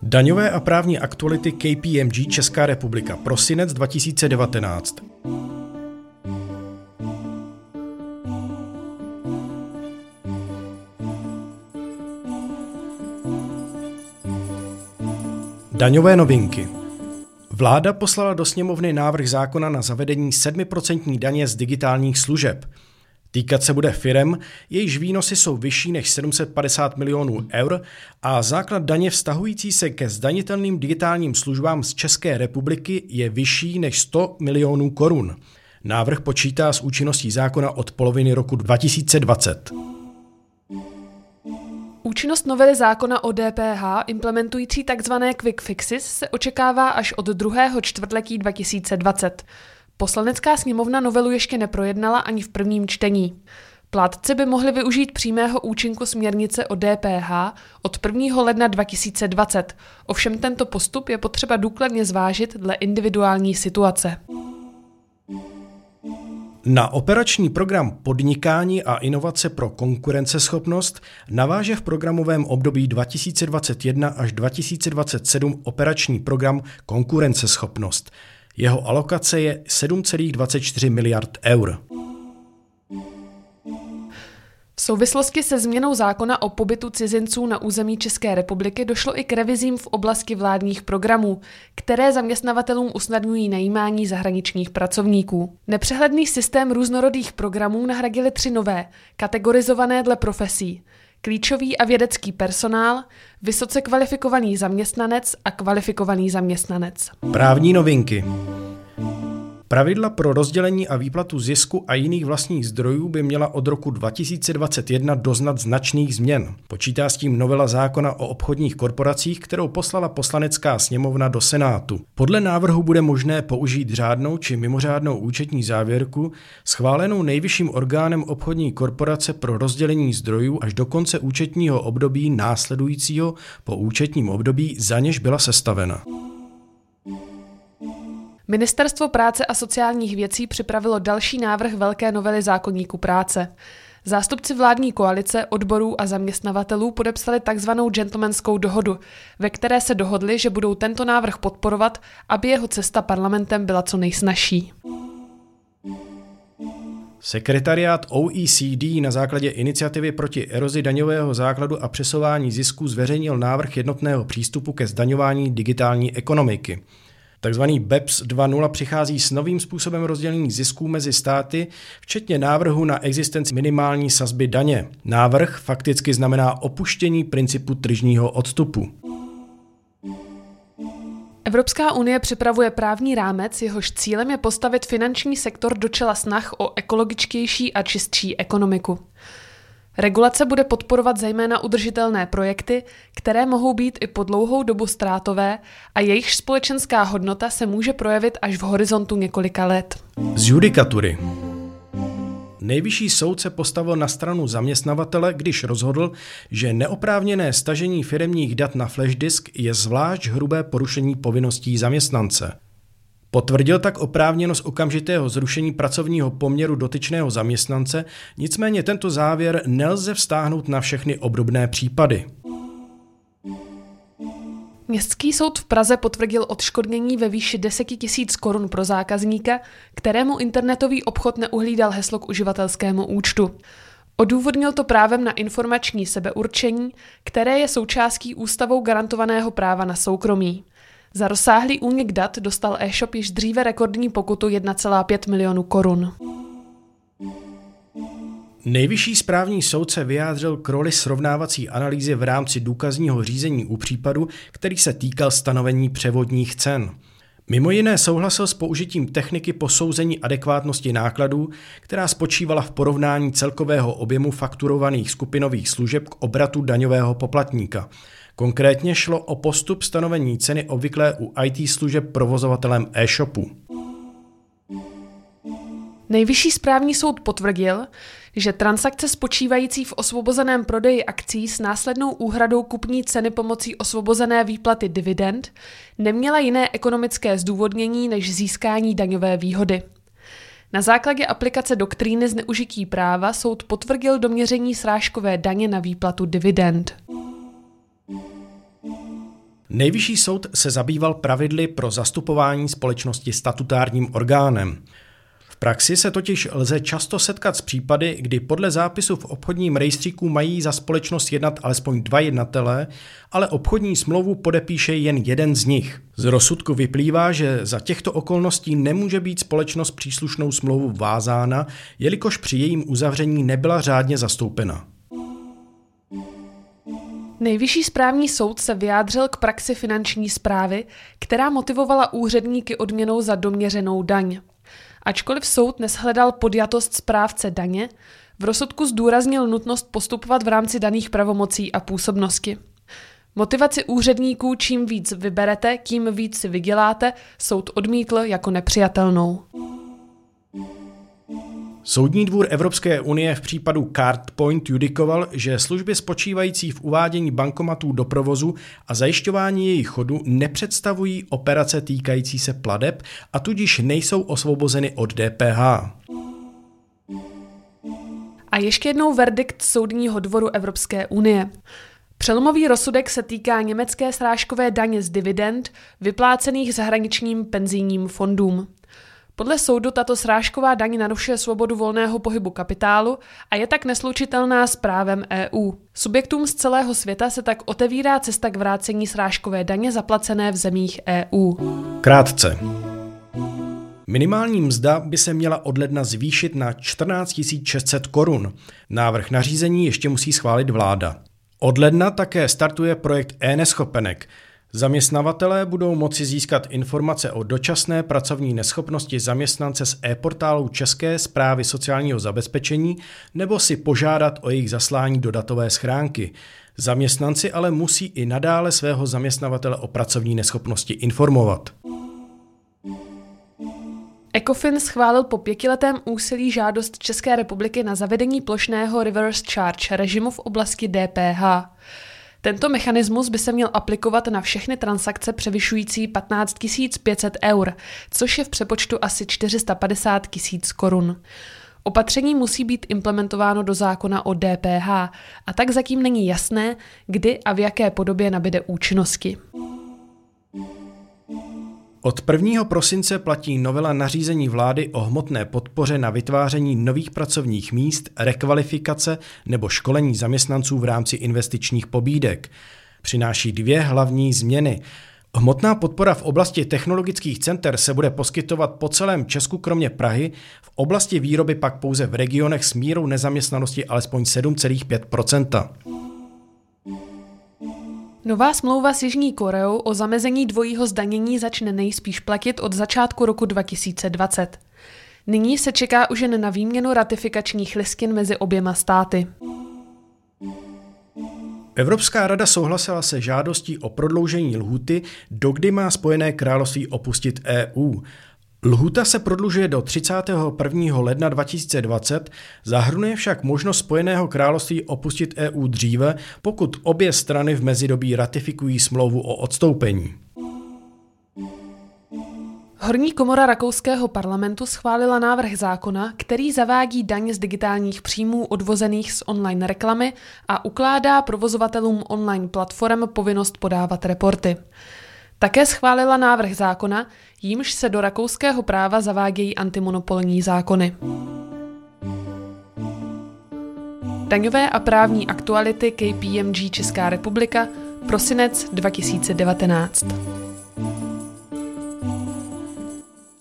Daňové a právní aktuality KPMG Česká republika, prosinec 2019. Daňové novinky. Vláda poslala do sněmovny návrh zákona na zavedení 7% daně z digitálních služeb. Týkat se bude firem, jejichž výnosy jsou vyšší než 750 milionů eur a základ daně vztahující se ke zdanitelným digitálním službám z České republiky je vyšší než 100 milionů korun. Návrh počítá s účinností zákona od poloviny roku 2020. Účinnost novely zákona o DPH implementující tzv. Quick Fixes se očekává až od 2. čtvrtletí 2020. Poslanecká sněmovna novelu ještě neprojednala ani v prvním čtení. Plátci by mohli využít přímého účinku směrnice o DPH od 1. ledna 2020. Ovšem tento postup je potřeba důkladně zvážit dle individuální situace. Na operační program Podnikání a inovace pro konkurenceschopnost naváže v programovém období 2021 až 2027 operační program Konkurenceschopnost. Jeho alokace je 7,24 miliard eur. V souvislosti se změnou zákona o pobytu cizinců na území České republiky došlo i k revizím v oblasti vládních programů, které zaměstnavatelům usnadňují najímání zahraničních pracovníků. Nepřehledný systém různorodých programů nahradily 3 nové, kategorizované dle profesí: klíčový a vědecký personál, vysoce kvalifikovaný zaměstnanec a kvalifikovaný zaměstnanec. Právní novinky. Pravidla pro rozdělení a výplatu zisku a jiných vlastních zdrojů by měla od roku 2021 doznat značných změn. Počítá s tím novela zákona o obchodních korporacích, kterou poslala Poslanecká sněmovna do Senátu. Podle návrhu bude možné použít řádnou či mimořádnou účetní závěrku schválenou nejvyšším orgánem obchodní korporace pro rozdělení zdrojů až do konce účetního období následujícího po účetním období, za něž byla sestavena. Ministerstvo práce a sociálních věcí připravilo další návrh velké novely zákoníku práce. Zástupci vládní koalice, odborů a zaměstnavatelů podepsali takzvanou gentlemanskou dohodu, ve které se dohodli, že budou tento návrh podporovat, aby jeho cesta parlamentem byla co nejsnazší. Sekretariát OECD na základě iniciativy proti erozi daňového základu a přesouvání zisků zveřejnil návrh jednotného přístupu ke zdaňování digitální ekonomiky. Takzvaný BEPS 2.0 přichází s novým způsobem rozdělení zisků mezi státy, včetně návrhu na existenci minimální sazby daně. Návrh fakticky znamená opuštění principu tržního odstupu. Evropská unie připravuje právní rámec, jehož cílem je postavit finanční sektor do čela snah o ekologičtější a čistší ekonomiku. Regulace bude podporovat zejména udržitelné projekty, které mohou být i po dlouhou dobu ztrátové a jejichž společenská hodnota se může projevit až v horizontu několika let. Z judikatury. Nejvyšší soud se postavil na stranu zaměstnavatele, když rozhodl, že neoprávněné stažení firemních dat na flash disk je zvlášť hrubé porušení povinností zaměstnance. Potvrdil tak oprávněnost okamžitého zrušení pracovního poměru dotyčného zaměstnance, nicméně tento závěr nelze vztáhnout na všechny obdobné případy. Městský soud v Praze potvrdil odškodnění ve výši 10 000 korun pro zákazníka, kterému internetový obchod neuhlídal heslo k uživatelskému účtu. Odůvodnil to právem na informační sebeurčení, které je součástí ústavou garantovaného práva na soukromí. Za rozsáhlý únik dat dostal e-shop již dříve rekordní pokutu 1,5 milionu korun. Nejvyšší správní soud se vyjádřil k roli srovnávací analýzy v rámci důkazního řízení u případu, který se týkal stanovení převodních cen. Mimo jiné souhlasil s použitím techniky posouzení adekvátnosti nákladů, která spočívala v porovnání celkového objemu fakturovaných skupinových služeb k obratu daňového poplatníka. Konkrétně šlo o postup stanovení ceny obvyklé u IT služeb provozovatelem e-shopu. Nejvyšší správní soud potvrdil, že transakce spočívající v osvobozeném prodeji akcí s následnou úhradou kupní ceny pomocí osvobozené výplaty dividend neměla jiné ekonomické zdůvodnění než získání daňové výhody. Na základě aplikace doktríny zneužití práva soud potvrdil doměření srážkové daně na výplatu dividend. Nejvyšší soud se zabýval pravidly pro zastupování společnosti statutárním orgánem. V praxi se totiž lze často setkat s případy, kdy podle zápisu v obchodním rejstříku mají za společnost jednat alespoň 2 jednatelé, ale obchodní smlouvu podepíše jen jeden z nich. Z rozsudku vyplývá, že za těchto okolností nemůže být společnost příslušnou smlouvu vázána, jelikož při jejím uzavření nebyla řádně zastoupena. Nejvyšší správní soud se vyjádřil k praxi finanční správy, která motivovala úředníky odměnou za doměřenou daň. Ačkoliv soud neshledal podjatost správce daně, v rozsudku zdůraznil nutnost postupovat v rámci daných pravomocí a působnosti. Motivaci úředníků čím víc vyberete, tím víc si vyděláte, soud odmítl jako nepřijatelnou. Soudní dvůr Evropské unie v případu CardPoint judikoval, že služby spočívající v uvádění bankomatů do provozu a zajišťování jejich chodu nepředstavují operace týkající se plateb a tudíž nejsou osvobozeny od DPH. A ještě jednou verdikt Soudního dvoru Evropské unie. Přelomový rozsudek se týká německé srážkové daně z dividend vyplácených zahraničním penzijním fondům. Podle soudu tato srážková daň narušuje svobodu volného pohybu kapitálu a je tak neslučitelná s právem EU. Subjektům z celého světa se tak otevírá cesta k vrácení srážkové daně zaplacené v zemích EU. Krátce. Minimální mzda by se měla od ledna zvýšit na 14 600 korun. Návrh nařízení ještě musí schválit vláda. Od ledna také startuje projekt eNeschopenek. Zaměstnavatelé budou moci získat informace o dočasné pracovní neschopnosti zaměstnance z e-portálu České správy sociálního zabezpečení nebo si požádat o jejich zaslání do datové schránky. Zaměstnanci ale musí i nadále svého zaměstnavatele o pracovní neschopnosti informovat. ECOFIN schválil po 5letém úsilí žádost České republiky na zavedení plošného reverse charge režimu v oblasti DPH. Tento mechanismus by se měl aplikovat na všechny transakce převyšující 15 500 eur, což je v přepočtu asi 450 000 korun. Opatření musí být implementováno do zákona o DPH a tak zatím není jasné, kdy a v jaké podobě nabyde účinnosti. Od 1. prosince platí novela nařízení vlády o hmotné podpoře na vytváření nových pracovních míst, rekvalifikace nebo školení zaměstnanců v rámci investičních pobídek. Přináší 2 hlavní změny. Hmotná podpora v oblasti technologických center se bude poskytovat po celém Česku kromě Prahy, v oblasti výroby pak pouze v regionech s mírou nezaměstnanosti alespoň 7,5%. Nová smlouva s Jižní Koreou o zamezení dvojího zdanění začne nejspíš platit od začátku roku 2020. Nyní se čeká už jen na výměnu ratifikačních listin mezi oběma státy. Evropská rada souhlasila se žádostí o prodloužení lhůty, dokdy má Spojené království opustit EU. Lhůta se prodlužuje do 31. ledna 2020, zahrnuje však možnost Spojeného království opustit EU dříve, pokud obě strany v mezidobí ratifikují smlouvu o odstoupení. Horní komora rakouského parlamentu schválila návrh zákona, který zavádí daň z digitálních příjmů odvozených z online reklamy a ukládá provozovatelům online platform povinnost podávat reporty. Také schválila návrh zákona, jímž se do rakouského práva zavádějí antimonopolní zákony. Daňové a právní aktuality KPMG Česká republika, prosinec 2019.